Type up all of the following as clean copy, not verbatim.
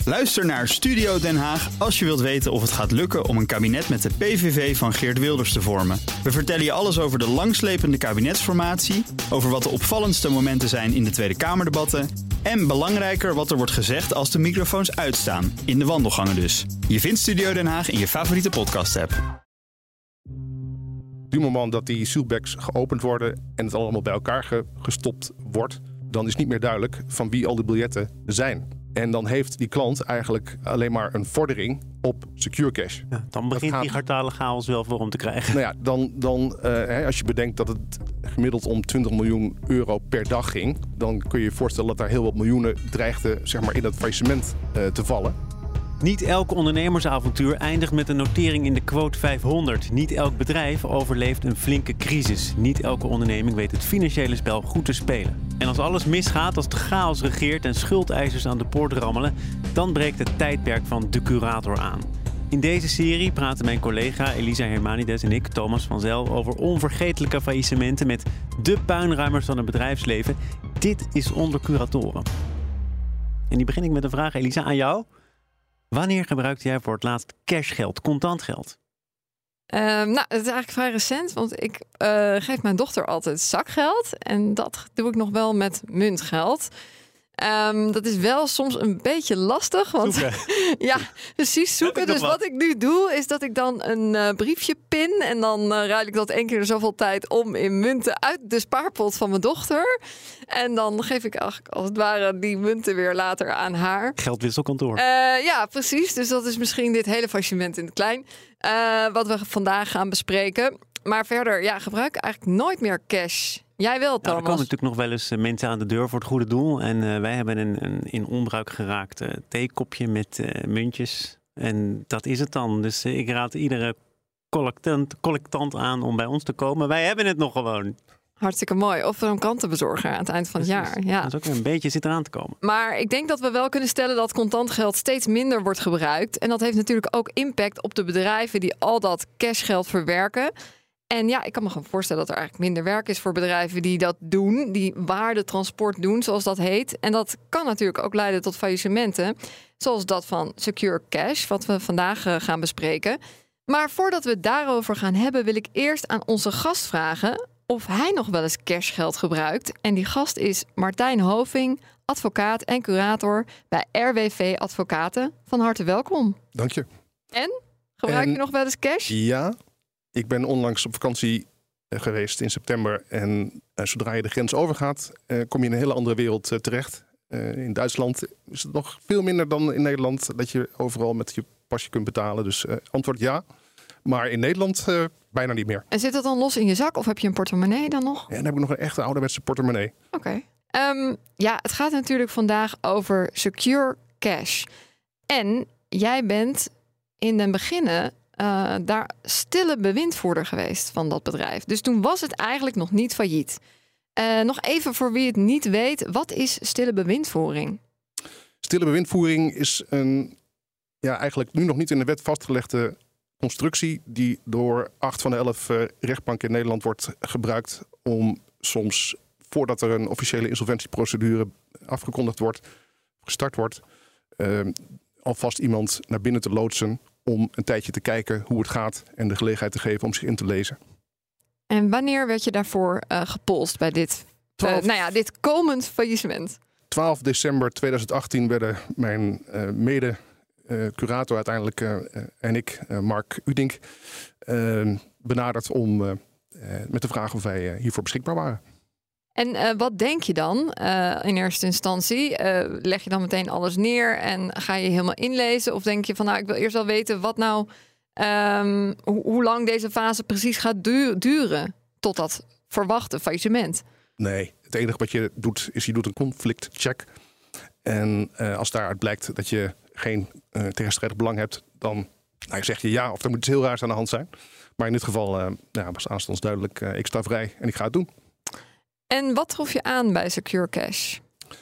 Luister naar Studio Den Haag als je wilt weten of het gaat lukken om een kabinet met de PVV van Geert Wilders te vormen. We vertellen je alles over de langslepende kabinetsformatie, over wat de opvallendste momenten zijn in de Tweede Kamerdebatten en belangrijker wat er wordt gezegd als de microfoons uitstaan, in de wandelgangen dus. Je vindt Studio Den Haag in je favoriete podcast-app. Op het moment dat die sealbags geopend worden en het allemaal bij elkaar gestopt wordt, dan is niet meer duidelijk van wie al die biljetten zijn. En dan heeft die klant eigenlijk alleen maar een vordering op secure cash. Ja, dan begint die hartale chaos wel vorm te krijgen. Nou ja, als je bedenkt dat het gemiddeld om 20 miljoen euro per dag ging, dan kun je je voorstellen dat daar heel wat miljoenen dreigden, zeg maar, in dat faillissement te vallen. Niet elk ondernemersavontuur eindigt met een notering in de quote 500. Niet elk bedrijf overleeft een flinke crisis. Niet elke onderneming weet het financiële spel goed te spelen. En als alles misgaat, als de chaos regeert en schuldeisers aan de poort rammelen, dan breekt het tijdperk van de curator aan. In deze serie praten mijn collega Elisa Hermanides en ik, Thomas van Zel, over onvergetelijke faillissementen met de puinruimers van het bedrijfsleven. Dit is Onder Curatoren. En die begin ik met een vraag, Elisa, aan jou. Wanneer gebruikte jij voor het laatst cashgeld, contant geld? Het is eigenlijk vrij recent, want ik geef mijn dochter altijd zakgeld. En dat doe ik nog wel met muntgeld. Dat is wel soms een beetje lastig. Want ja, precies zoeken. Dus wat ik nu doe, is dat ik dan een briefje pin. En dan ruil ik dat 1 keer in zoveel tijd om in munten uit de spaarpot van mijn dochter. En dan geef ik eigenlijk als het ware die munten weer later aan haar. Geldwisselkantoor. Ja, precies. Dus dat is misschien dit hele faillissement in het klein. Wat we vandaag gaan bespreken. Maar verder, ja, gebruik ik eigenlijk nooit meer cash. Jij wel, Thomas? Er komen natuurlijk nog wel eens mensen aan de deur voor het goede doel. En wij hebben een in onbruik geraakt theekopje met muntjes. En dat is het dan. Dus ik raad iedere collectant aan om bij ons te komen. Wij hebben het nog gewoon. Hartstikke mooi. Of een krantenbezorger aan het eind van het jaar. Ja. Dat is ook weer een beetje zit eraan te komen. Maar ik denk dat we wel kunnen stellen dat contant geld steeds minder wordt gebruikt. En dat heeft natuurlijk ook impact op de bedrijven die al dat cashgeld verwerken. En ja, ik kan me gewoon voorstellen dat er eigenlijk minder werk is voor bedrijven die dat doen. Die waardetransport doen, zoals dat heet. En dat kan natuurlijk ook leiden tot faillissementen. Zoals dat van Secure Cash, wat we vandaag gaan bespreken. Maar voordat we het daarover gaan hebben, wil ik eerst aan onze gast vragen of hij nog wel eens cashgeld gebruikt. En die gast is Martijn Hoving, advocaat en curator bij RWV Advocaten. Van harte welkom. Dank je. En? Gebruik je nog wel eens cash? Ja, ik ben onlangs op vakantie geweest in september. En zodra je de grens overgaat, kom je in een hele andere wereld terecht. In Duitsland is het nog veel minder dan in Nederland dat je overal met je pasje kunt betalen. Dus antwoord ja. Maar in Nederland bijna niet meer. En zit dat dan los in je zak of heb je een portemonnee dan nog? Ja, dan heb ik nog een echte ouderwetse portemonnee. Oké. Het gaat natuurlijk vandaag over Secure Cash. En jij bent in den beginnen daar stille bewindvoerder geweest van dat bedrijf. Dus toen was het eigenlijk nog niet failliet. Nog even voor wie het niet weet, wat is stille bewindvoering? Stille bewindvoering is een eigenlijk nu nog niet in de wet vastgelegde constructie die door 8 van de 11 rechtbanken in Nederland wordt gebruikt om soms, voordat er een officiële insolventieprocedure afgekondigd wordt, gestart wordt, alvast iemand naar binnen te loodsen om een tijdje te kijken hoe het gaat en de gelegenheid te geven om zich in te lezen. En wanneer werd je daarvoor gepolst bij dit, dit komend faillissement? 12 december 2018 werden mijn mede-curator uiteindelijk en ik, Mark Udink, benaderd om met de vraag of wij hiervoor beschikbaar waren. En wat denk je dan in eerste instantie? Leg je dan meteen alles neer en ga je helemaal inlezen? Of denk je van, ik wil eerst wel weten wat nou, hoe lang deze fase precies gaat duren tot dat verwachte faillissement? Nee, het enige wat je doet is je doet een conflictcheck. En als daaruit blijkt dat je geen tegenstrijdig belang hebt, dan zeg je ja of er moet iets heel raars aan de hand zijn. Maar in dit geval was aanstonds duidelijk, ik sta vrij en ik ga het doen. En wat trof je aan bij Secure Cash?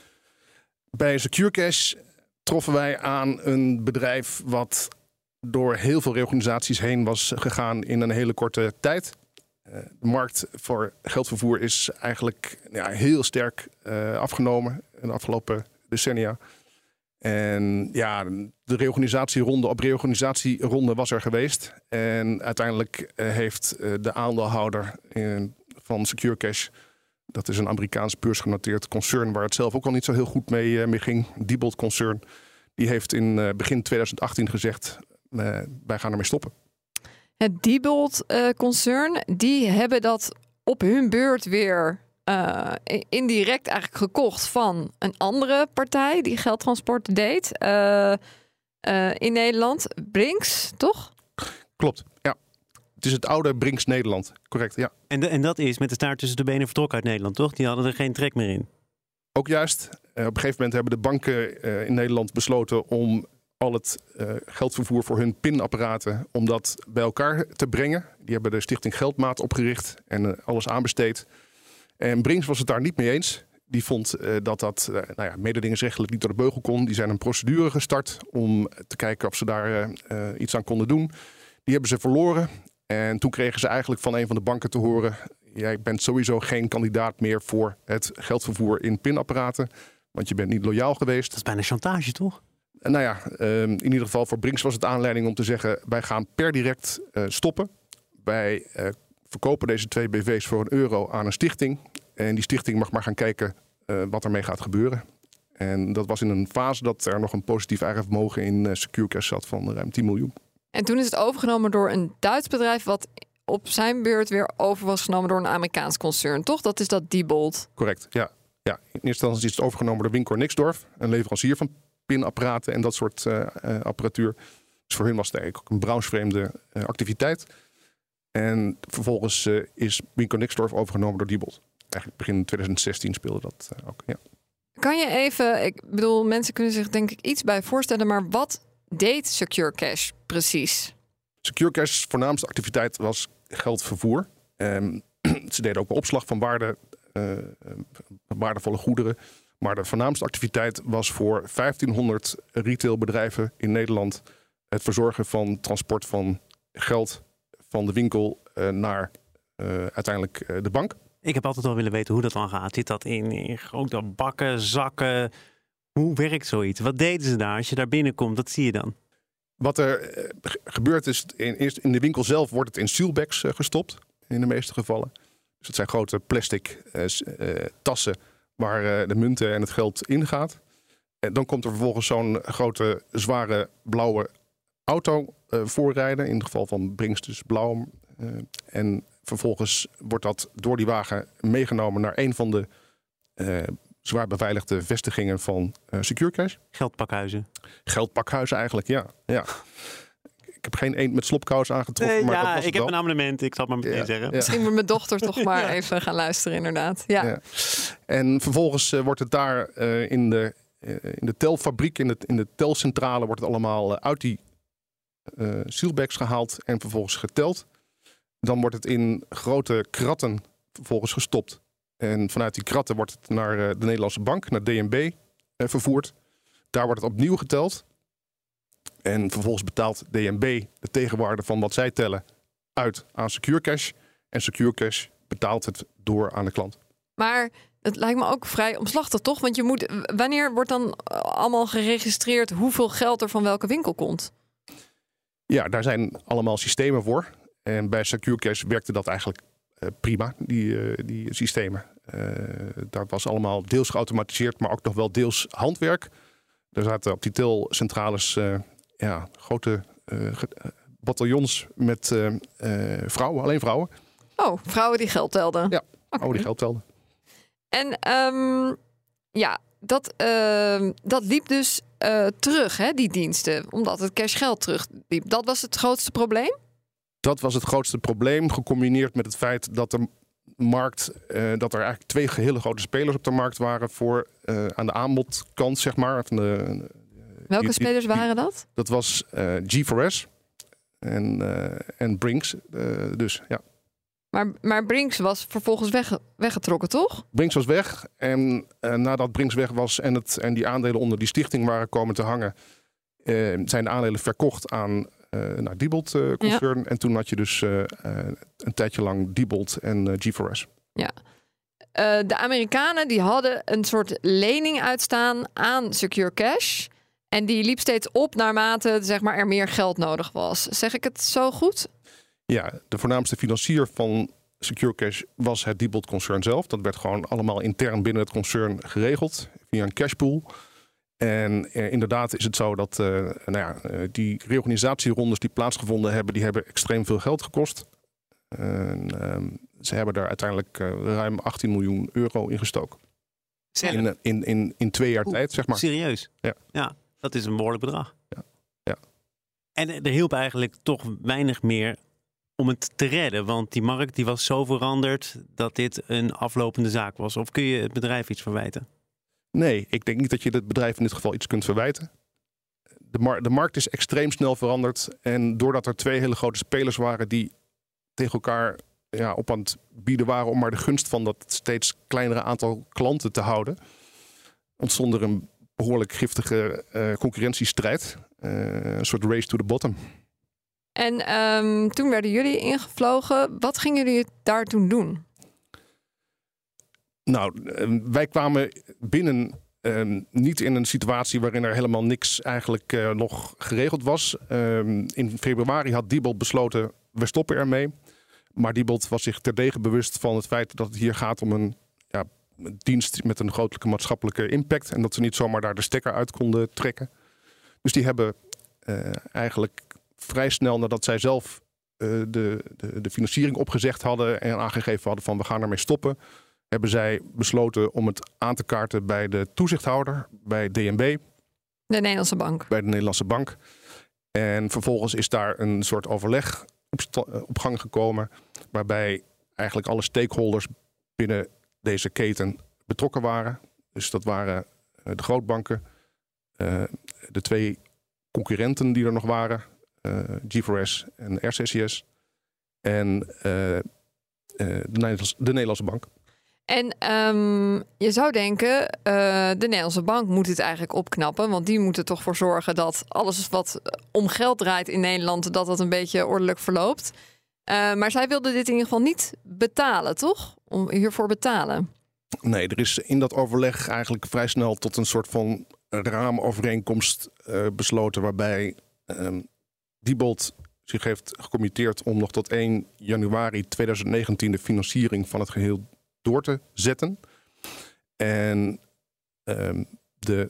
Bij Secure Cash troffen wij aan een bedrijf wat door heel veel reorganisaties heen was gegaan in een hele korte tijd. De markt voor geldvervoer is eigenlijk heel sterk afgenomen in de afgelopen decennia. En ja, de reorganisatieronde was er geweest. En uiteindelijk heeft de aandeelhouder van Secure Cash, dat is een Amerikaans beursgenoteerd concern waar het zelf ook al niet zo heel goed mee ging, Diebold Concern, die heeft in begin 2018 gezegd, wij gaan ermee stoppen. Het Diebold Concern, die hebben dat op hun beurt weer indirect eigenlijk gekocht van een andere partij die geldtransport deed in Nederland. Brinks, toch? Klopt, ja. Het is het oude Brinks Nederland, correct, ja. En dat is met de staart tussen de benen vertrokken uit Nederland, toch? Die hadden er geen trek meer in. Ook juist. Op een gegeven moment hebben de banken in Nederland besloten om al het geldvervoer voor hun pinapparaten, om dat bij elkaar te brengen. Die hebben de Stichting Geldmaat opgericht en alles aanbesteed. En Brinks was het daar niet mee eens. Die vond dat mededingingsrechtelijk niet door de beugel kon. Die zijn een procedure gestart om te kijken of ze daar iets aan konden doen. Die hebben ze verloren. En toen kregen ze eigenlijk van een van de banken te horen, jij bent sowieso geen kandidaat meer voor het geldvervoer in pinapparaten. Want je bent niet loyaal geweest. Dat is bijna chantage, toch? Nou ja, in ieder geval voor Brinks was het aanleiding om te zeggen, wij gaan per direct stoppen. Wij verkopen deze 2 BV's voor €1 aan een stichting. En die stichting mag maar gaan kijken wat ermee gaat gebeuren. En dat was in een fase dat er nog een positief eigen vermogen in Secure Cash zat van ruim 10 miljoen. En toen is het overgenomen door een Duits bedrijf wat op zijn beurt weer over was genomen door een Amerikaans concern, toch? Dat is dat Diebold. Correct, ja. In eerste instantie is het overgenomen door Wincor Nixdorf, een leverancier van pinapparaten en dat soort apparatuur. Dus voor hun was het eigenlijk ook een branchevreemde activiteit. En vervolgens is Wincor Nixdorf overgenomen door Diebold. Eigenlijk begin 2016 speelde dat ook, ja. Kan je even, ik bedoel, mensen kunnen zich denk ik iets bij voorstellen, maar wat deed Secure Cash precies? Secure Cash's voornaamste activiteit was geldvervoer. Ze deden ook wel opslag van waardevolle goederen. Maar de voornaamste activiteit was voor 1500 retailbedrijven in Nederland het verzorgen van transport van geld van de winkel naar uiteindelijk de bank. Ik heb altijd wel willen weten hoe dat dan gaat. Zit dat in grote bakken, zakken? Hoe werkt zoiets? Wat deden ze daar als je daar binnenkomt? Wat zie je dan? Wat er gebeurt is, eerst in de winkel zelf wordt het in sealbags gestopt. In de meeste gevallen. Dus het zijn grote plastic tassen waar de munten en het geld in gaat. En dan komt er vervolgens zo'n grote, zware, blauwe auto voorrijden. In het geval van Brinks dus blauw. En vervolgens wordt dat door die wagen meegenomen naar een van de zwaar beveiligde vestigingen van Secure Cash. Geldpakhuizen eigenlijk, ja. Ik heb geen eend met slopkous aangetroffen. Maar dat was ik heb een abonnement. Ik zal het maar meteen zeggen. Ja. Misschien moet mijn dochter toch maar even gaan luisteren, inderdaad. Ja. En vervolgens wordt het daar in de telfabriek, in de telcentrale, wordt het allemaal uit die sealbags gehaald en vervolgens geteld. Dan wordt het in grote kratten vervolgens gestopt. En vanuit die kratten wordt het naar de Nederlandse bank, naar DNB, vervoerd. Daar wordt het opnieuw geteld. En vervolgens betaalt DNB de tegenwaarde van wat zij tellen uit aan Secure Cash. En Secure Cash betaalt het door aan de klant. Maar het lijkt me ook vrij omslachtig, toch? Want wanneer wordt dan allemaal geregistreerd hoeveel geld er van welke winkel komt? Ja, daar zijn allemaal systemen voor. En bij Secure Cash werkte dat eigenlijk prima, die systemen. Dat was allemaal deels geautomatiseerd, maar ook nog wel deels handwerk. Er zaten op die telcentrales grote bataljons met vrouwen, alleen vrouwen. Oh, vrouwen die geld telden. Ja, vrouwen die geld telden. En dat liep dus terug, hè, die diensten, omdat het cashgeld terugliep. Dat was het grootste probleem? Dat was het grootste probleem, gecombineerd met het feit dat de markt, dat er eigenlijk 2 hele grote spelers op de markt waren voor aan de aanbodkant, zeg maar. Welke spelers waren dat? Dat was G4S en Brinks, dus ja. Maar Brinks was vervolgens weggetrokken, toch? Brinks was weg en nadat Brinks weg was en die aandelen onder die stichting waren komen te hangen, zijn de aandelen verkocht aan Diebold concern. Ja. En toen had je dus een tijdje lang Diebold en G4S. Ja. De Amerikanen die hadden een soort lening uitstaan aan Secure Cash. En die liep steeds op naarmate zeg maar, er meer geld nodig was. Zeg ik het zo goed? Ja, de voornaamste financier van SecureCash was het Diebold-concern zelf. Dat werd gewoon allemaal intern binnen het concern geregeld via een cashpool. En inderdaad is het zo dat die reorganisatierondes die plaatsgevonden hebben, die hebben extreem veel geld gekost. Ze hebben daar uiteindelijk ruim 18 miljoen euro in gestoken. In 2 jaar tijd, zeg maar. Serieus? Ja, dat is een behoorlijk bedrag. Ja. En er hielp eigenlijk toch weinig meer om het te redden. Want die markt die was zo veranderd dat dit een aflopende zaak was. Of kun je het bedrijf iets verwijten? Nee, ik denk niet dat je het bedrijf in dit geval iets kunt verwijten. De markt is extreem snel veranderd. En doordat er 2 hele grote spelers waren die tegen elkaar op aan het bieden waren om maar de gunst van dat steeds kleinere aantal klanten te houden, ontstond er een behoorlijk giftige concurrentiestrijd. Een soort race to the bottom. En toen werden jullie ingevlogen. Wat gingen jullie daar toen doen? Nou, wij kwamen binnen niet in een situatie waarin er helemaal niks eigenlijk nog geregeld was. In februari had Diebold besloten, we stoppen ermee. Maar Diebold was zich terdege bewust van het feit dat het hier gaat om een dienst met een grote maatschappelijke impact. En dat ze niet zomaar daar de stekker uit konden trekken. Dus die hebben eigenlijk vrij snel nadat zij zelf de financiering opgezegd hadden en aangegeven hadden van we gaan ermee stoppen, hebben zij besloten om het aan te kaarten bij de toezichthouder, bij DNB. De Nederlandse Bank. Bij de Nederlandse Bank. En vervolgens is daar een soort overleg op gang gekomen, waarbij eigenlijk alle stakeholders binnen deze keten betrokken waren. Dus dat waren de grootbanken, de 2 concurrenten die er nog waren, G4S en RCCS, en de Nederlandse Bank. En je zou denken, de Nederlandse Bank moet het eigenlijk opknappen. Want die moet er toch voor zorgen dat alles wat om geld draait in Nederland, dat het een beetje ordelijk verloopt. Maar zij wilden dit in ieder geval niet betalen, toch? Om hiervoor betalen. Nee, er is in dat overleg eigenlijk vrij snel tot een soort van raamovereenkomst besloten, waarbij Diebold zich heeft gecommitteerd om nog tot 1 januari 2019 de financiering van het geheel door te zetten. En de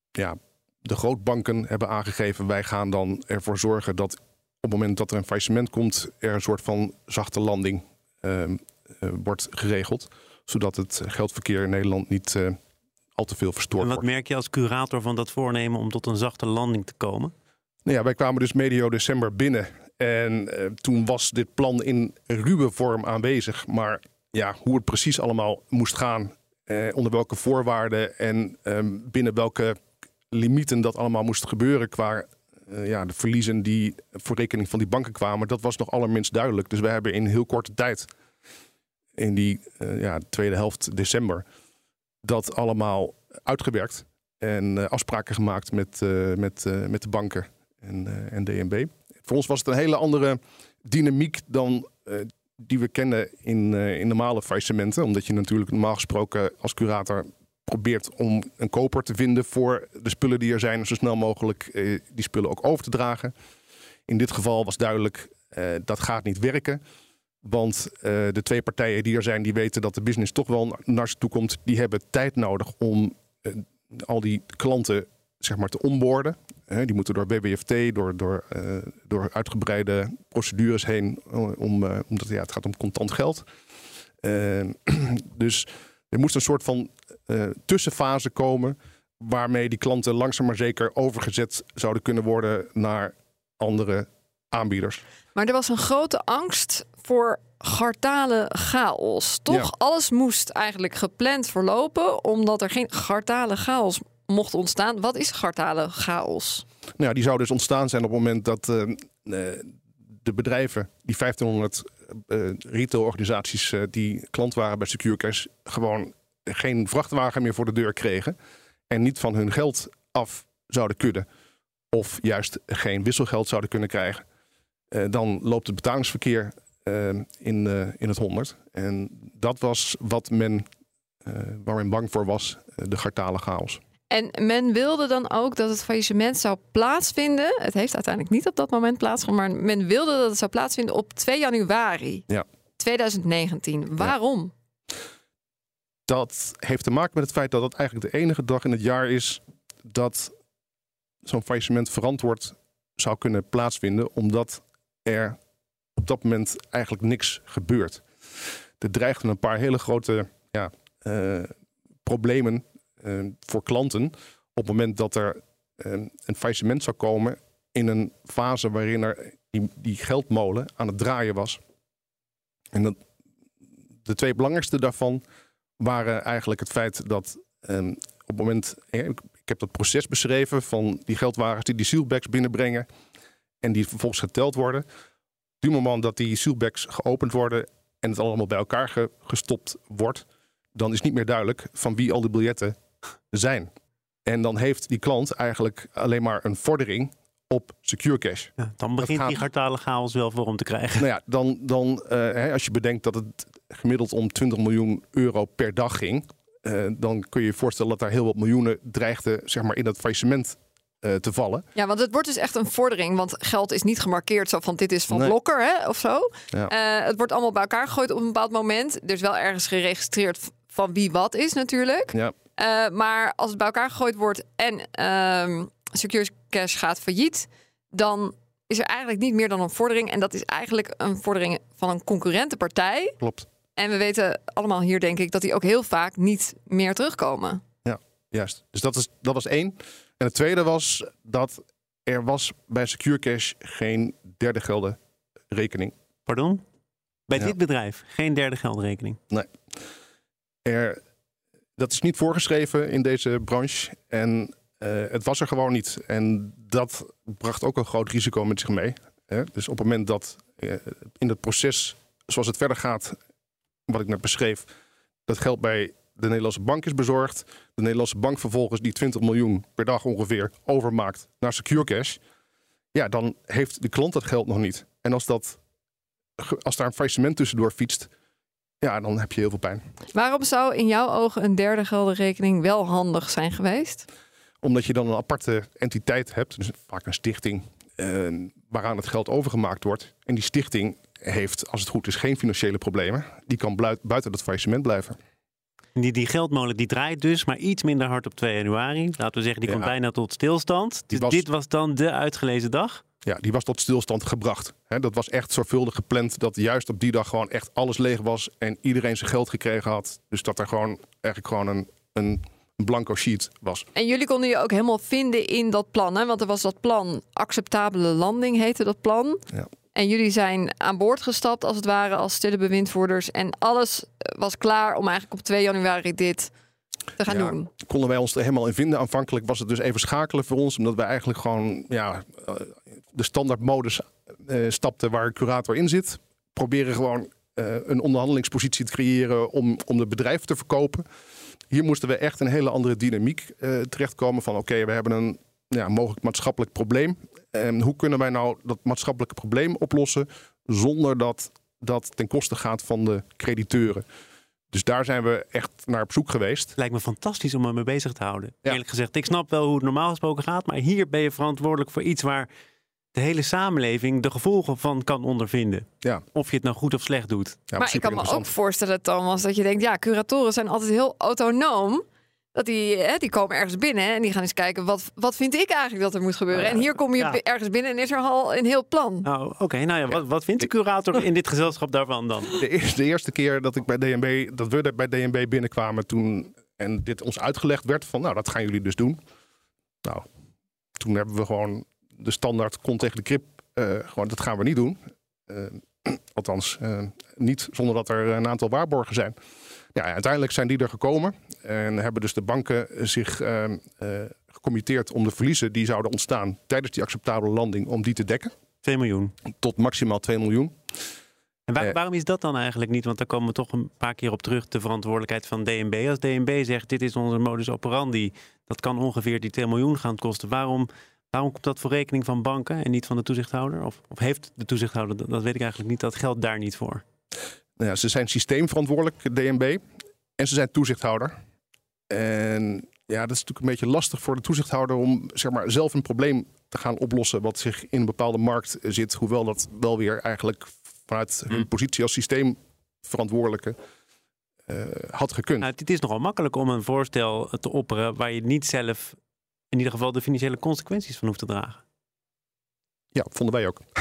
grootbanken hebben aangegeven, wij gaan dan ervoor zorgen dat op het moment dat er een faillissement komt, er een soort van zachte landing wordt geregeld. Zodat het geldverkeer in Nederland niet al te veel verstoord wordt. En wat merk je als curator van dat voornemen om tot een zachte landing te komen? Nou ja, wij kwamen dus medio december binnen. En toen was dit plan in ruwe vorm aanwezig. Maar ja, hoe het precies allemaal moest gaan, onder welke voorwaarden en binnen welke limieten dat allemaal moest gebeuren qua de verliezen die voor rekening van die banken kwamen, dat was nog allerminst duidelijk. Dus wij hebben in heel korte tijd, in die tweede helft december, dat allemaal uitgewerkt en afspraken gemaakt met de banken en DNB. Voor ons was het een hele andere dynamiek dan die we kennen in normale faillissementen. Omdat je natuurlijk normaal gesproken als curator probeert om een koper te vinden voor de spullen die er zijn, en zo snel mogelijk die spullen ook over te dragen. In dit geval was duidelijk, dat gaat niet werken. Want de 2 partijen die er zijn, die weten dat de business toch wel naar ze toe komt. Die hebben tijd nodig om al die klanten zeg maar te onboarden. Die moeten door BBFT, door uitgebreide procedures heen, omdat het gaat om contant geld. Dus er moest een soort van tussenfase komen waarmee die klanten langzaam maar zeker overgezet zouden kunnen worden naar andere aanbieders. Maar er was een grote angst voor gartale chaos. Toch? Ja. Alles moest eigenlijk gepland verlopen, omdat er geen gartale chaos mocht ontstaan. Wat is gartale chaos? Nou, die zou dus ontstaan zijn op het moment dat de bedrijven, die 1500 retailorganisaties die klant waren bij SecureCash, gewoon geen vrachtwagen meer voor de deur kregen en niet van hun geld af zouden kunnen. Of juist geen wisselgeld zouden kunnen krijgen. Dan loopt het betalingsverkeer in het 100. En dat was wat waar men bang voor was, de gartale chaos. En men wilde dan ook dat het faillissement zou plaatsvinden. Het heeft uiteindelijk niet op dat moment plaatsgevonden, maar men wilde dat het zou plaatsvinden op 2 januari 2019. Waarom? Dat heeft te maken met het feit dat het eigenlijk de enige dag in het jaar is dat zo'n faillissement verantwoord zou kunnen plaatsvinden, omdat er op dat moment eigenlijk niks gebeurt. Er dreigden een paar hele grote problemen voor klanten op het moment dat er een faillissement zou komen in een fase waarin er die geldmolen aan het draaien was. En de twee belangrijkste daarvan waren eigenlijk het feit dat op het moment, ik heb dat proces beschreven van die geldwagens die sealbags binnenbrengen en die vervolgens geteld worden. Op het moment dat die sealbags geopend worden en het allemaal bij elkaar gestopt wordt, dan is niet meer duidelijk van wie al die biljetten zijn. En dan heeft die klant eigenlijk alleen maar een vordering op secure cash. Ja, dan begint die gartale chaos wel vorm te krijgen. Nou ja, als je bedenkt dat het gemiddeld om 20 miljoen euro per dag ging, dan kun je je voorstellen dat daar heel wat miljoenen dreigden, zeg maar, in dat faillissement te vallen. Ja, want het wordt dus echt een vordering, want geld is niet gemarkeerd zo van dit is van Blokker, hè, of zo. Ja. Het wordt allemaal bij elkaar gegooid op een bepaald moment. Er is wel ergens geregistreerd van wie wat is natuurlijk. Ja. Maar als het bij elkaar gegooid wordt en secure cash gaat failliet, dan is er eigenlijk niet meer dan een vordering. En dat is eigenlijk een vordering van een concurrente partij. Klopt. En we weten allemaal hier, denk ik, dat die ook heel vaak niet meer terugkomen. Ja, juist. Dus dat was één. En het tweede was dat er was bij secure cash geen derde geldenrekening. Pardon? Bij dit bedrijf geen derde geldenrekening? Nee. Dat is niet voorgeschreven in deze branche. En het was er gewoon niet. En dat bracht ook een groot risico met zich mee. Dus op het moment dat in het proces, zoals het verder gaat, wat ik net beschreef, dat geld bij de Nederlandse bank is bezorgd. De Nederlandse bank vervolgens die 20 miljoen per dag ongeveer overmaakt naar secure cash. Ja, dan heeft de klant dat geld nog niet. En als daar een faillissement tussendoor fietst, ja, dan heb je heel veel pijn. Waarom zou in jouw ogen een derde geldenrekening wel handig zijn geweest? Omdat je dan een aparte entiteit hebt, dus vaak een stichting, waaraan het geld overgemaakt wordt. En die stichting heeft, als het goed is, geen financiële problemen. Die kan buiten dat faillissement blijven. Die geldmolen die draait dus, maar iets minder hard op 2 januari. Laten we zeggen, die komt bijna tot stilstand. Dus dit was dan de uitgelezen dag? Ja, die was tot stilstand gebracht. Dat was echt zorgvuldig gepland dat juist op die dag gewoon echt alles leeg was en iedereen zijn geld gekregen had. Dus dat er eigenlijk een blanco sheet was. En jullie konden je ook helemaal vinden in dat plan, hè? Want er was dat plan, acceptabele landing heette dat plan. Ja. En jullie zijn aan boord gestapt als het ware als stille bewindvoerders. En alles was klaar om eigenlijk op 2 januari dit te gaan doen. Konden wij ons er helemaal in vinden. Aanvankelijk was het dus even schakelen voor ons. Omdat wij eigenlijk gewoon de standaard modus stapten waar een curator in zit. Proberen gewoon een onderhandelingspositie te creëren om het bedrijf te verkopen. Hier moesten we echt een hele andere dynamiek terechtkomen van oké, we hebben een mogelijk maatschappelijk probleem. Hoe kunnen wij nou dat maatschappelijke probleem oplossen zonder dat dat ten koste gaat van de crediteuren? Dus daar zijn we echt naar op zoek geweest. Lijkt me fantastisch om me mee bezig te houden. Ja. Eerlijk gezegd, ik snap wel hoe het normaal gesproken gaat, maar hier ben je verantwoordelijk voor iets waar de hele samenleving de gevolgen van kan ondervinden. Ja. Of je het nou goed of slecht doet. Ja, maar ik kan me ook voorstellen, Thomas, dat je denkt, curatoren zijn altijd heel autonoom. Dat die komen ergens binnen en die gaan eens kijken, wat vind ik eigenlijk dat er moet gebeuren? En hier kom je ergens binnen en is er al een heel plan. Oh, oké. Nou ja, wat vindt de curator in dit gezelschap daarvan dan? De eerste keer dat we bij DNB binnenkwamen toen en dit ons uitgelegd werd van, dat gaan jullie dus doen. Nou, toen hebben we gewoon de standaard kont tegen de krip, gewoon dat gaan we niet doen. Althans, niet zonder dat er een aantal waarborgen zijn. Ja, uiteindelijk zijn die er gekomen en hebben dus de banken zich gecommitteerd om de verliezen die zouden ontstaan tijdens die acceptabele landing, om die te dekken. 2 miljoen. Tot maximaal 2 miljoen. En waarom is dat dan eigenlijk niet? Want daar komen we toch een paar keer op terug, de verantwoordelijkheid van DNB. Als DNB zegt, dit is onze modus operandi, dat kan ongeveer die 2 miljoen gaan kosten. Waarom komt dat voor rekening van banken en niet van de toezichthouder? Of heeft de toezichthouder, dat weet ik eigenlijk niet, dat geldt daar niet voor? Nou ja, ze zijn systeemverantwoordelijk, DNB. En ze zijn toezichthouder. En Ja, dat is natuurlijk een beetje lastig voor de toezichthouder om zeg maar, zelf een probleem te gaan oplossen wat zich in een bepaalde markt zit. Hoewel dat wel weer eigenlijk vanuit hun positie als systeemverantwoordelijke had gekund. Nou, het is nogal makkelijk om een voorstel te opperen waar je niet zelf in ieder geval de financiële consequenties van hoeft te dragen. Ja, vonden wij ook.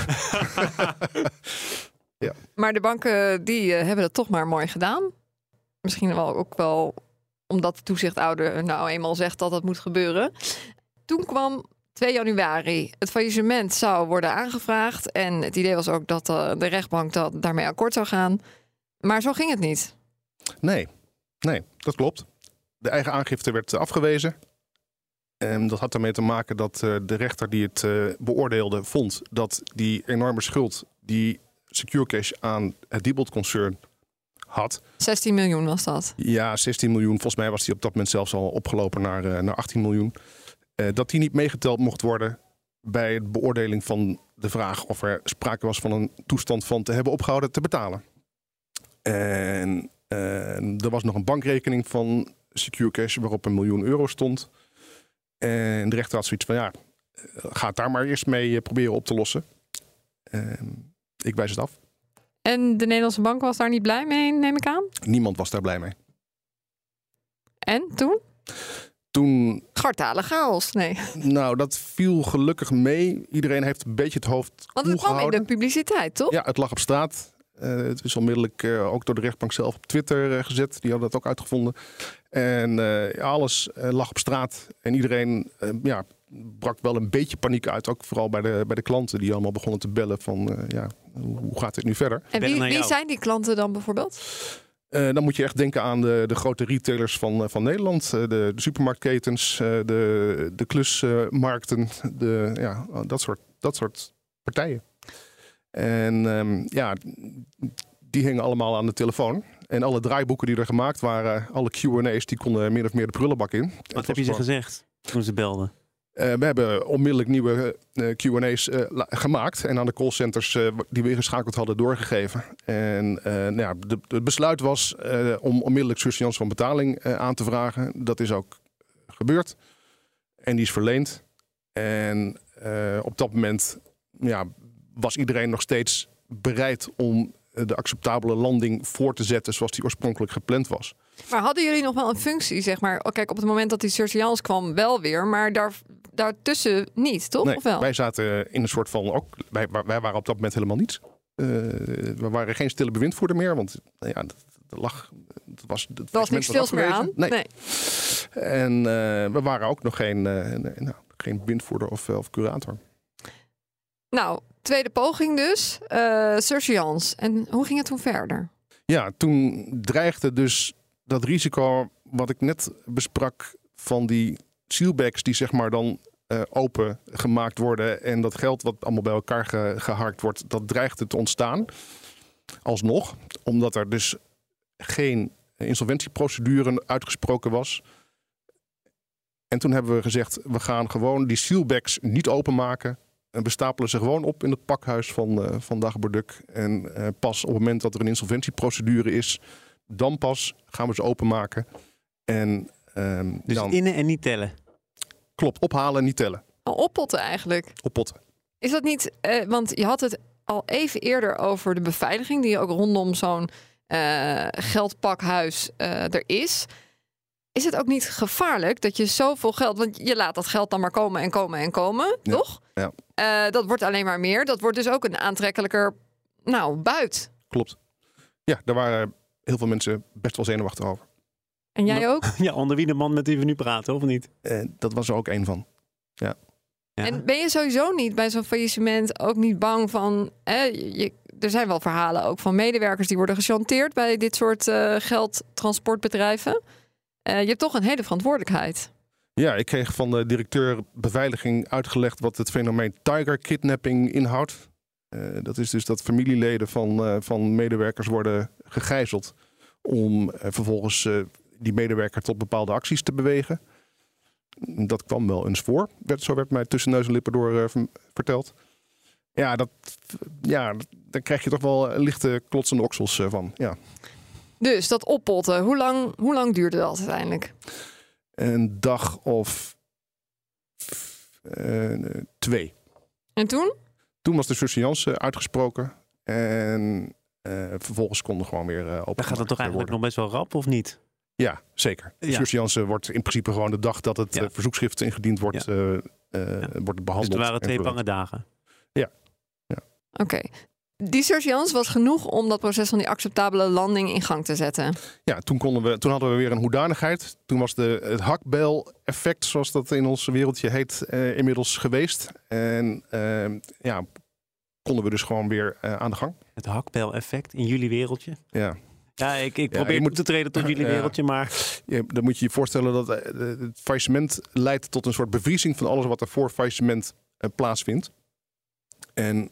Ja. Maar de banken die hebben het toch maar mooi gedaan. Misschien wel ook wel omdat de toezichthouder nou eenmaal zegt dat dat moet gebeuren. Toen kwam 2 januari. Het faillissement zou worden aangevraagd. En het idee was ook dat de rechtbank daarmee akkoord zou gaan. Maar zo ging het niet. Nee, dat klopt. De eigen aangifte werd afgewezen. En dat had ermee te maken dat de rechter die het beoordeelde vond dat die enorme schuld die SecureCash aan het Diebold-concern had. 16 miljoen was dat. Ja, 16 miljoen. Volgens mij was die op dat moment zelfs al opgelopen naar 18 miljoen. Dat die niet meegeteld mocht worden bij de beoordeling van de vraag of er sprake was van een toestand van te hebben opgehouden te betalen. En er was nog een bankrekening van SecureCash waarop €1 miljoen stond. En de rechter had zoiets van, ja, ga het daar maar eerst mee proberen op te lossen. Ik wijs het af. En de Nederlandse bank was daar niet blij mee, neem ik aan? Niemand was daar blij mee. En toen? Toen... Gartale chaos, nee. Nou, dat viel gelukkig mee. Iedereen heeft een beetje het hoofd Want het kwam in de publiciteit, toch? Ja, het lag op straat. Het is onmiddellijk ook door de rechtbank zelf op Twitter gezet. Die hadden dat ook uitgevonden. En alles lag op straat. En iedereen brak wel een beetje paniek uit. Ook vooral bij de klanten die allemaal begonnen te bellen van... hoe gaat dit nu verder? En wie zijn die klanten dan bijvoorbeeld? Dan moet je echt denken aan de grote retailers van Nederland. De supermarktketens, de klusmarkten. Dat soort partijen. En die hingen allemaal aan de telefoon. En alle draaiboeken die er gemaakt waren, alle Q&A's, die konden min of meer de prullenbak in. Wat heb je ze gezegd toen ze belden? We hebben onmiddellijk nieuwe Q&A's gemaakt en aan de callcenters die we ingeschakeld hadden doorgegeven. En het besluit was om onmiddellijk surseance van betaling aan te vragen. Dat is ook gebeurd en die is verleend. En op dat moment was iedereen nog steeds bereid om de acceptabele landing voor te zetten zoals die oorspronkelijk gepland was. Maar hadden jullie nog wel een functie, zeg maar? Kijk, op het moment dat die surseance kwam wel weer, maar daartussen niet, toch? Nee, of wel? Wij zaten in een soort van... Wij waren op dat moment helemaal niets. We waren geen stille bewindvoerder meer, want er was niks stils meer aan. Nee. En we waren ook nog geen bewindvoerder of curator. Nou, tweede poging dus. Surseance. En hoe ging het toen verder? Ja, toen dreigde dus dat risico wat ik net besprak van die sealbacks die zeg maar dan open gemaakt worden en dat geld wat allemaal bij elkaar geharkt wordt, dat dreigde te ontstaan. Alsnog, omdat er dus geen insolventieprocedure uitgesproken was. En toen hebben we gezegd, we gaan gewoon die sealbacks niet openmaken. En we stapelen ze gewoon op in het pakhuis van Dagobert Duck. En pas op het moment dat er een insolventieprocedure is, dan pas gaan we ze openmaken. En, dus dan innen en niet tellen? Klopt, ophalen en niet tellen. Oppotten eigenlijk? Oppotten. Is dat niet, want je had het al even eerder over de beveiliging die ook rondom zo'n geldpakhuis er is. Is het ook niet gevaarlijk dat je zoveel geld... Want je laat dat geld dan maar komen en komen en komen, ja, toch? Ja. Dat wordt alleen maar meer. Dat wordt dus ook een aantrekkelijker buit. Klopt. Ja, daar waren heel veel mensen best wel zenuwachtig over. En jij ook? Ja, onder wie de man met wie we nu praten, of niet? Dat was er ook één van, ja. En ben je sowieso niet bij zo'n faillissement ook niet bang van... er zijn wel verhalen ook van medewerkers die worden gechanteerd bij dit soort geldtransportbedrijven. Je hebt toch een hele verantwoordelijkheid. Ja, ik kreeg van de directeur beveiliging uitgelegd wat het fenomeen tiger kidnapping inhoudt. Dat is dus dat familieleden van medewerkers worden gegijzeld om vervolgens die medewerker tot bepaalde acties te bewegen. Dat kwam wel eens voor. Zo werd mij tussen neus en lippen door verteld. Ja, daar krijg je toch wel lichte klotsende oksels van. Ja. Dus dat oppotten, hoe lang duurde dat uiteindelijk? een dag of 2. En toen? Toen was de surseance uitgesproken. En vervolgens konden gewoon weer open. Dan gaat het toch eigenlijk nog best wel rap, of niet? Ja, zeker. De surseance wordt in principe gewoon de dag dat het verzoekschrift ingediend wordt, wordt behandeld. Dus er waren 2 bange dagen. Ja. Oké. Die surseance was genoeg om dat proces van die acceptabele landing in gang te zetten. Ja, toen hadden we weer een hoedanigheid. Toen was het hakbel-effect, zoals dat in ons wereldje heet, inmiddels geweest. En konden we dus gewoon weer aan de gang. Het hakbel-effect in jullie wereldje? Ja. Ja, ik probeer toe te treden tot jullie wereldje, maar... Ja, dan moet je je voorstellen dat het faillissement leidt tot een soort bevriezing van alles wat er voor faillissement plaatsvindt. En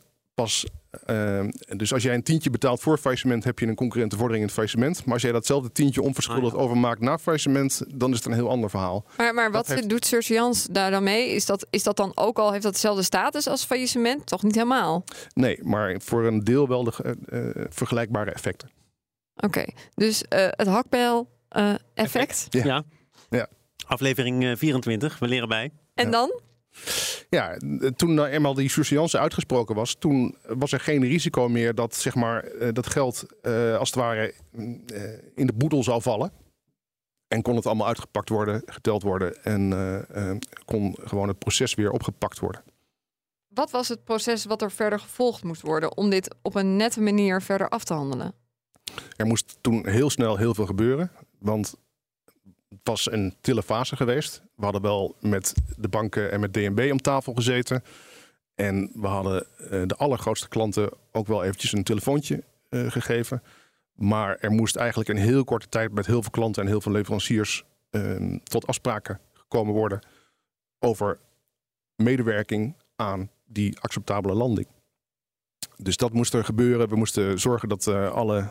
dus als jij een tientje betaalt voor faillissement, heb je een concurrente vordering in het faillissement. Maar als jij datzelfde tientje onverschuldigd overmaakt na faillissement, dan is het een heel ander verhaal. Maar wat doet surseance daar dan mee? Is dat dan ook al, heeft dat dezelfde status als faillissement? Toch niet helemaal? Nee, maar voor een deel wel de vergelijkbare effecten. Oké, dus het hakbel-effect. Ja. Aflevering 24, we leren bij. En dan? Ja, toen eenmaal die surseance uitgesproken was, toen was er geen risico meer dat, zeg maar, dat geld als het ware in de boedel zou vallen. En kon het allemaal uitgepakt worden, geteld worden en kon gewoon het proces weer opgepakt worden. Wat was het proces wat er verder gevolgd moest worden om dit op een nette manier verder af te handelen? Er moest toen heel snel heel veel gebeuren, want het was een tille fase geweest. We hadden wel met de banken en met DNB om tafel gezeten. En we hadden de allergrootste klanten ook wel eventjes een telefoontje gegeven. Maar er moest eigenlijk in heel korte tijd met heel veel klanten en heel veel leveranciers tot afspraken gekomen worden over medewerking aan die acceptabele landing. Dus dat moest er gebeuren. We moesten zorgen dat alle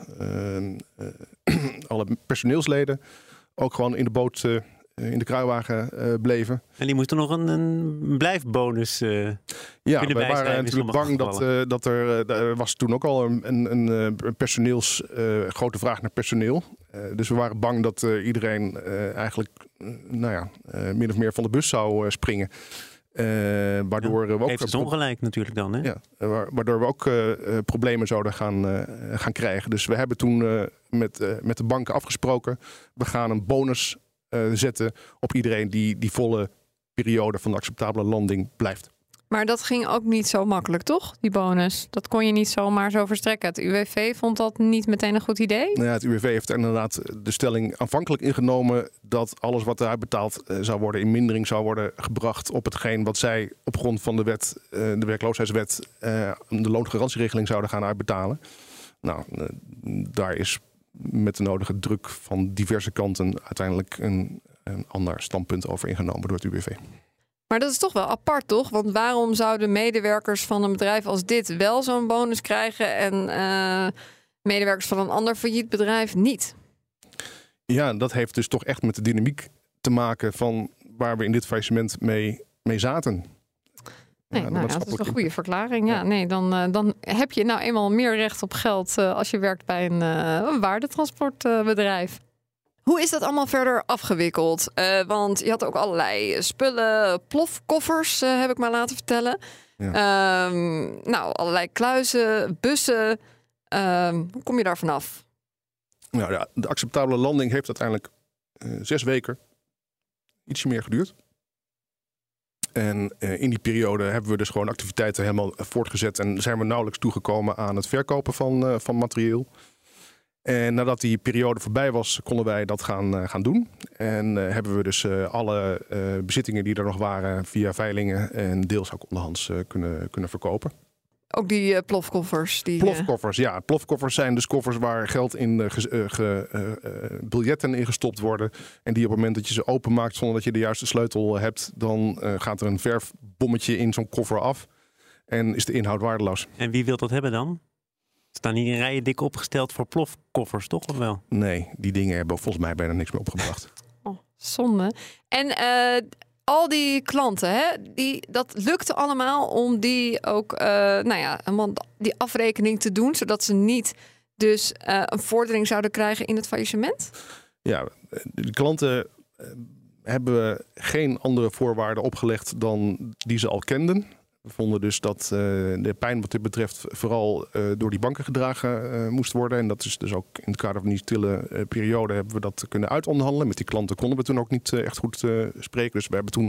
personeelsleden ook gewoon in de boot, in de kruiwagen bleven. En die moesten nog een blijfbonus ja, we waren natuurlijk bang dat er was toen ook al een grote vraag naar personeel. Dus we waren bang dat iedereen eigenlijk min of meer van de bus zou springen. Waardoor we ook heeft het ongelijk natuurlijk dan, hè? Ja, waardoor we ook problemen zouden gaan krijgen. Dus we hebben toen met de banken afgesproken. We gaan een bonus zetten op iedereen die volle periode van de acceptabele landing blijft. Maar dat ging ook niet zo makkelijk, toch? Die bonus. Dat kon je niet zomaar zo verstrekken. Het UWV vond dat niet meteen een goed idee? Nou ja, het UWV heeft inderdaad de stelling aanvankelijk ingenomen dat alles wat eruit betaald zou worden in mindering zou worden gebracht op hetgeen wat zij op grond van de wet, de werkloosheidswet, de loongarantieregeling zouden gaan uitbetalen. Nou, daar is met de nodige druk van diverse kanten uiteindelijk een ander standpunt over ingenomen door het UWV. Maar dat is toch wel apart, toch? Want waarom zouden medewerkers van een bedrijf als dit wel zo'n bonus krijgen en medewerkers van een ander failliet bedrijf niet? Ja, dat heeft dus toch echt met de dynamiek te maken van waar we in dit faillissement mee zaten. Nee, dat is een goede verklaring. Ja, nee, dan heb je nou eenmaal meer recht op geld als je werkt bij een waardetransportbedrijf. Hoe is dat allemaal verder afgewikkeld? Want je had ook allerlei spullen, plofkoffers, heb ik maar laten vertellen. Ja. Allerlei kluizen, bussen. Hoe kom je daar vanaf? Nou ja, de acceptabele landing heeft uiteindelijk 6 weken, ietsje meer geduurd. En in die periode hebben we dus gewoon activiteiten helemaal voortgezet en zijn we nauwelijks toegekomen aan het verkopen van materieel. En nadat die periode voorbij was, konden wij dat gaan doen. En hebben we dus alle bezittingen die er nog waren via veilingen en deels ook onderhands kunnen verkopen. Ook die plofkoffers? Plofkoffers, ja. Plofkoffers zijn dus koffers waar geld in biljetten in gestopt worden. En die op het moment dat je ze openmaakt zonder dat je de juiste sleutel hebt, dan gaat er een verfbommetje in zo'n koffer af. En is de inhoud waardeloos. En wie wil dat hebben dan? Staan hier in rijen dik opgesteld voor plofkoffers, toch of wel? Nee, die dingen hebben volgens mij bijna niks meer opgebracht. Oh, zonde. En al die klanten, dat lukte allemaal om die ook, die afrekening te doen, zodat ze niet dus een vordering zouden krijgen in het faillissement? Ja, de klanten hebben we geen andere voorwaarden opgelegd dan die ze al kenden. We vonden dus dat de pijn wat dit betreft vooral door die banken gedragen moest worden. En dat is dus ook in het kader van die stille periode hebben we dat kunnen uitonderhandelen. Met die klanten konden we toen ook niet echt goed spreken. Dus we hebben toen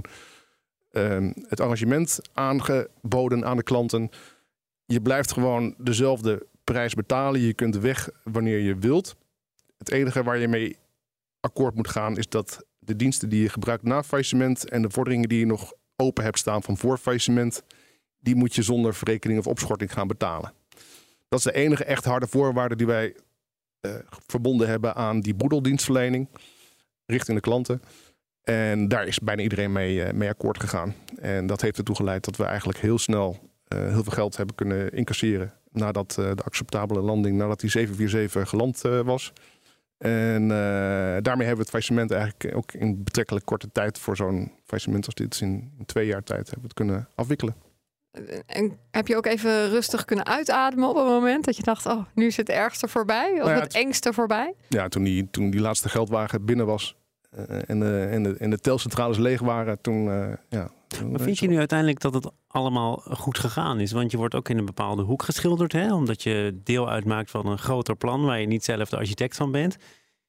het arrangement aangeboden aan de klanten. Je blijft gewoon dezelfde prijs betalen. Je kunt weg wanneer je wilt. Het enige waar je mee akkoord moet gaan is dat de diensten die je gebruikt na faillissement en de vorderingen die je nog open hebt staan van voor faillissement, die moet je zonder verrekening of opschorting gaan betalen. Dat is de enige echt harde voorwaarde die wij verbonden hebben aan die boedeldienstverlening richting de klanten. En daar is bijna iedereen mee akkoord gegaan. En dat heeft ertoe geleid dat we eigenlijk heel snel heel veel geld hebben kunnen incasseren nadat de acceptabele landing, nadat die 747 geland was. En daarmee hebben we het faillissement eigenlijk ook in betrekkelijk korte tijd voor zo'n faillissement als dit in 2 jaar tijd hebben we het kunnen afwikkelen. En heb je ook even rustig kunnen uitademen op een moment dat je dacht, oh, nu is het ergste voorbij? Of het engste voorbij? Ja, toen die laatste geldwagen binnen was en de telcentrales leeg waren, toen... Maar vind je nu uiteindelijk dat het allemaal goed gegaan is? Want je wordt ook in een bepaalde hoek geschilderd, hè? Omdat je deel uitmaakt van een groter plan waar je niet zelf de architect van bent.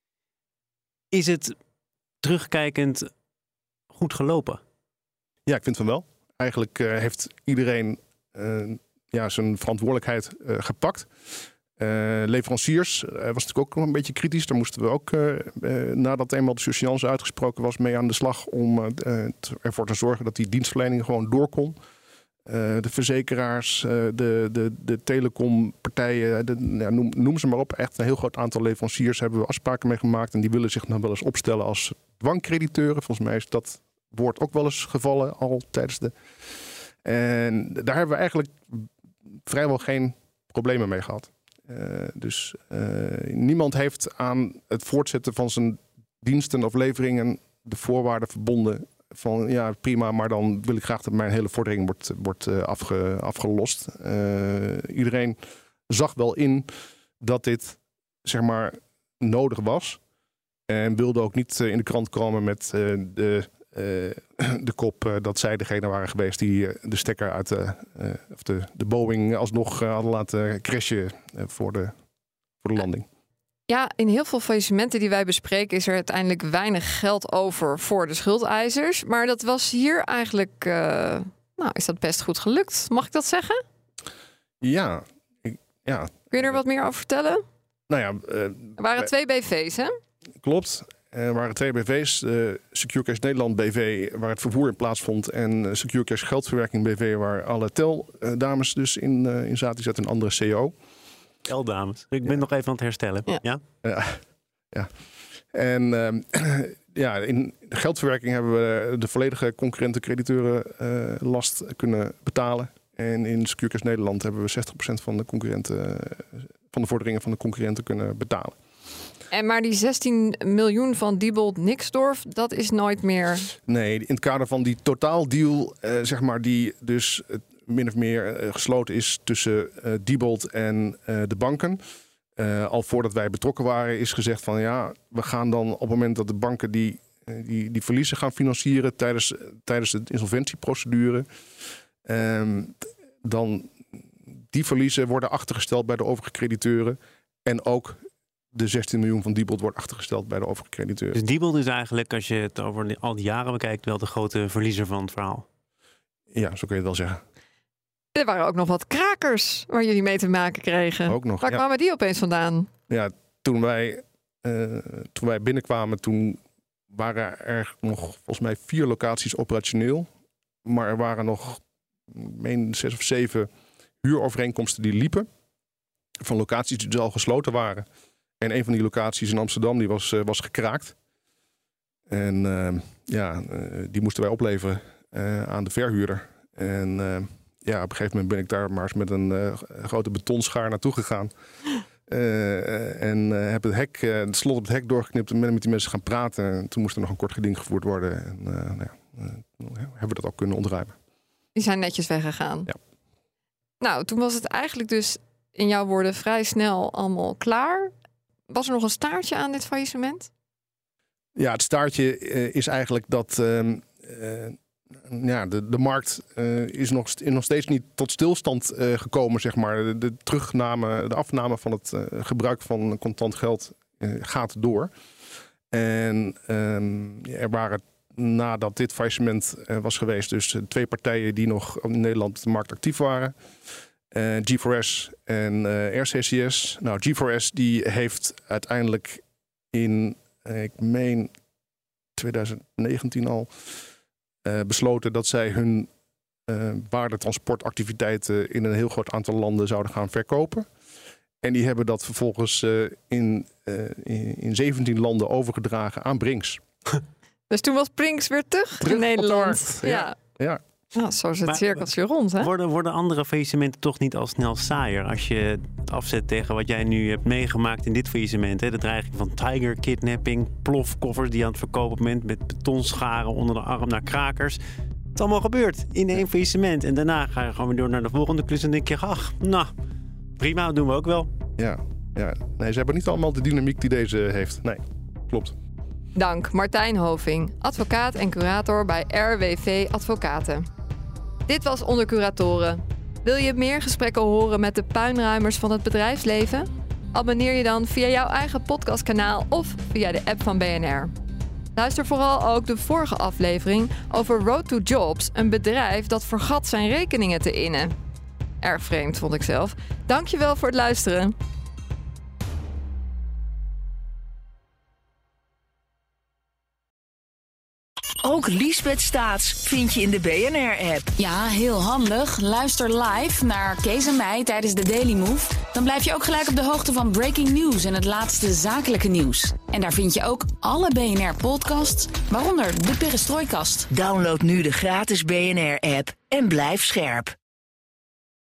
Is het terugkijkend goed gelopen? Ja, ik vind van wel. Eigenlijk heeft iedereen zijn verantwoordelijkheid gepakt. Leveranciers was natuurlijk ook een beetje kritisch. Daar moesten we ook, nadat eenmaal de surseance uitgesproken was, mee aan de slag om ervoor te zorgen dat die dienstverlening gewoon door kon. De verzekeraars, de telecompartijen, noem ze maar op. Echt een heel groot aantal leveranciers hebben we afspraken mee gemaakt. En die willen zich nog wel eens opstellen als dwangcrediteuren. Volgens mij is dat woord ook wel eens gevallen al tijdens de... En daar hebben we eigenlijk vrijwel geen problemen mee gehad. Dus niemand heeft aan het voortzetten van zijn diensten of leveringen de voorwaarden verbonden van ja prima, maar dan wil ik graag dat mijn hele vordering wordt afgelost. Iedereen zag wel in dat dit zeg maar nodig was en wilde ook niet in de krant komen met de kop dat zij degene waren geweest die de stekker uit de Boeing alsnog hadden laten crashen voor de landing. Ja, in heel veel faillissementen die wij bespreken is er uiteindelijk weinig geld over voor de schuldeisers. Maar dat was hier eigenlijk, is dat best goed gelukt. Mag ik dat zeggen? Ja. Kun je er wat meer over vertellen? Nou ja, er waren 2 BV's, hè? Klopt. Er waren 2 BV's, Securecash Nederland BV, waar het vervoer in plaatsvond, en Securecash Geldverwerking BV, waar alle teldames dus in zaten. Die zaten een andere CEO. Teldames. Ik ben nog even aan het herstellen. Ja. En in de geldverwerking hebben we de volledige concurrenten-crediteurenlast kunnen betalen. En in Securecash Nederland hebben we 60% van de vorderingen van de concurrenten kunnen betalen. En maar die 16 miljoen van Diebold-Nixdorf, dat is nooit meer... Nee, in het kader van die totaaldeal, die dus min of meer gesloten is tussen Diebold en de banken. Al voordat wij betrokken waren is gezegd van ja, we gaan dan op het moment dat de banken die verliezen gaan financieren tijdens de insolventieprocedure, dan die verliezen worden achtergesteld bij de overige crediteuren en ook de 16 miljoen van Diebold wordt achtergesteld bij de overige crediteuren. Dus Diebold is eigenlijk, als je het over al die jaren bekijkt, wel de grote verliezer van het verhaal. Ja, zo kun je het wel zeggen. Er waren ook nog wat krakers waar jullie mee te maken kregen. Ook nog, waar kwamen die opeens vandaan? Ja, toen wij binnenkwamen, toen waren er nog volgens mij 4 locaties operationeel. Maar er waren nog 6 of 7 huurovereenkomsten die liepen. Van locaties die dus al gesloten waren. En een van die locaties in Amsterdam die was gekraakt. En die moesten wij opleveren aan de verhuurder. En op een gegeven moment ben ik daar maar eens met een grote betonschaar naartoe gegaan. En heb het slot op het hek doorgeknipt en ben met die mensen gaan praten. En toen moest er nog een kort geding gevoerd worden. En hebben we dat ook kunnen ontruimen. Die zijn netjes weggegaan. Ja. Nou, toen was het eigenlijk dus in jouw woorden vrij snel allemaal klaar. Was er nog een staartje aan dit faillissement? Ja, het staartje is eigenlijk dat de markt is nog steeds niet tot stilstand gekomen, zeg maar. De afname van het gebruik van contant geld gaat door. En er waren, nadat dit faillissement was geweest, dus 2 partijen die nog in Nederland op de markt actief waren. G4S en RCCS. Nou, G4S die heeft uiteindelijk in, ik meen 2019 al, besloten dat zij hun waardetransportactiviteiten in een heel groot aantal landen zouden gaan verkopen. En die hebben dat vervolgens in 17 landen overgedragen aan Brinks. Dus toen was Brinks weer terug in Nederland. Ja. Nou, zo is het cirkeltje rond, hè? Worden andere faillissementen toch niet al snel saaier? Als je het afzet tegen wat jij nu hebt meegemaakt in dit faillissement. Hè? De dreiging van tiger-kidnapping, plofkoffers die aan het verkopen bent met betonscharen onder de arm naar krakers. Het is allemaal gebeurd in 1 faillissement. En daarna ga je gewoon weer door naar de volgende klus en denk je, ach, nou, prima, dat doen we ook wel. Ja. Nee, ze hebben niet allemaal de dynamiek die deze heeft. Nee, klopt. Dank Martijn Hoving, advocaat en curator bij RWV Advocaten. Dit was Onder Curatoren. Wil je meer gesprekken horen met de puinruimers van het bedrijfsleven? Abonneer je dan via jouw eigen podcastkanaal of via de app van BNR. Luister vooral ook de vorige aflevering over Road to Jobs, een bedrijf dat vergat zijn rekeningen te innen. Erg vreemd, vond ik zelf. Dankjewel voor het luisteren. Ook Liesbeth Staats vind je in de BNR-app. Ja, heel handig. Luister live naar Kees en mij tijdens de Daily Move. Dan blijf je ook gelijk op de hoogte van breaking news en het laatste zakelijke nieuws. En daar vind je ook alle BNR-podcasts, waaronder de Perestrooikast. Download nu de gratis BNR-app en blijf scherp.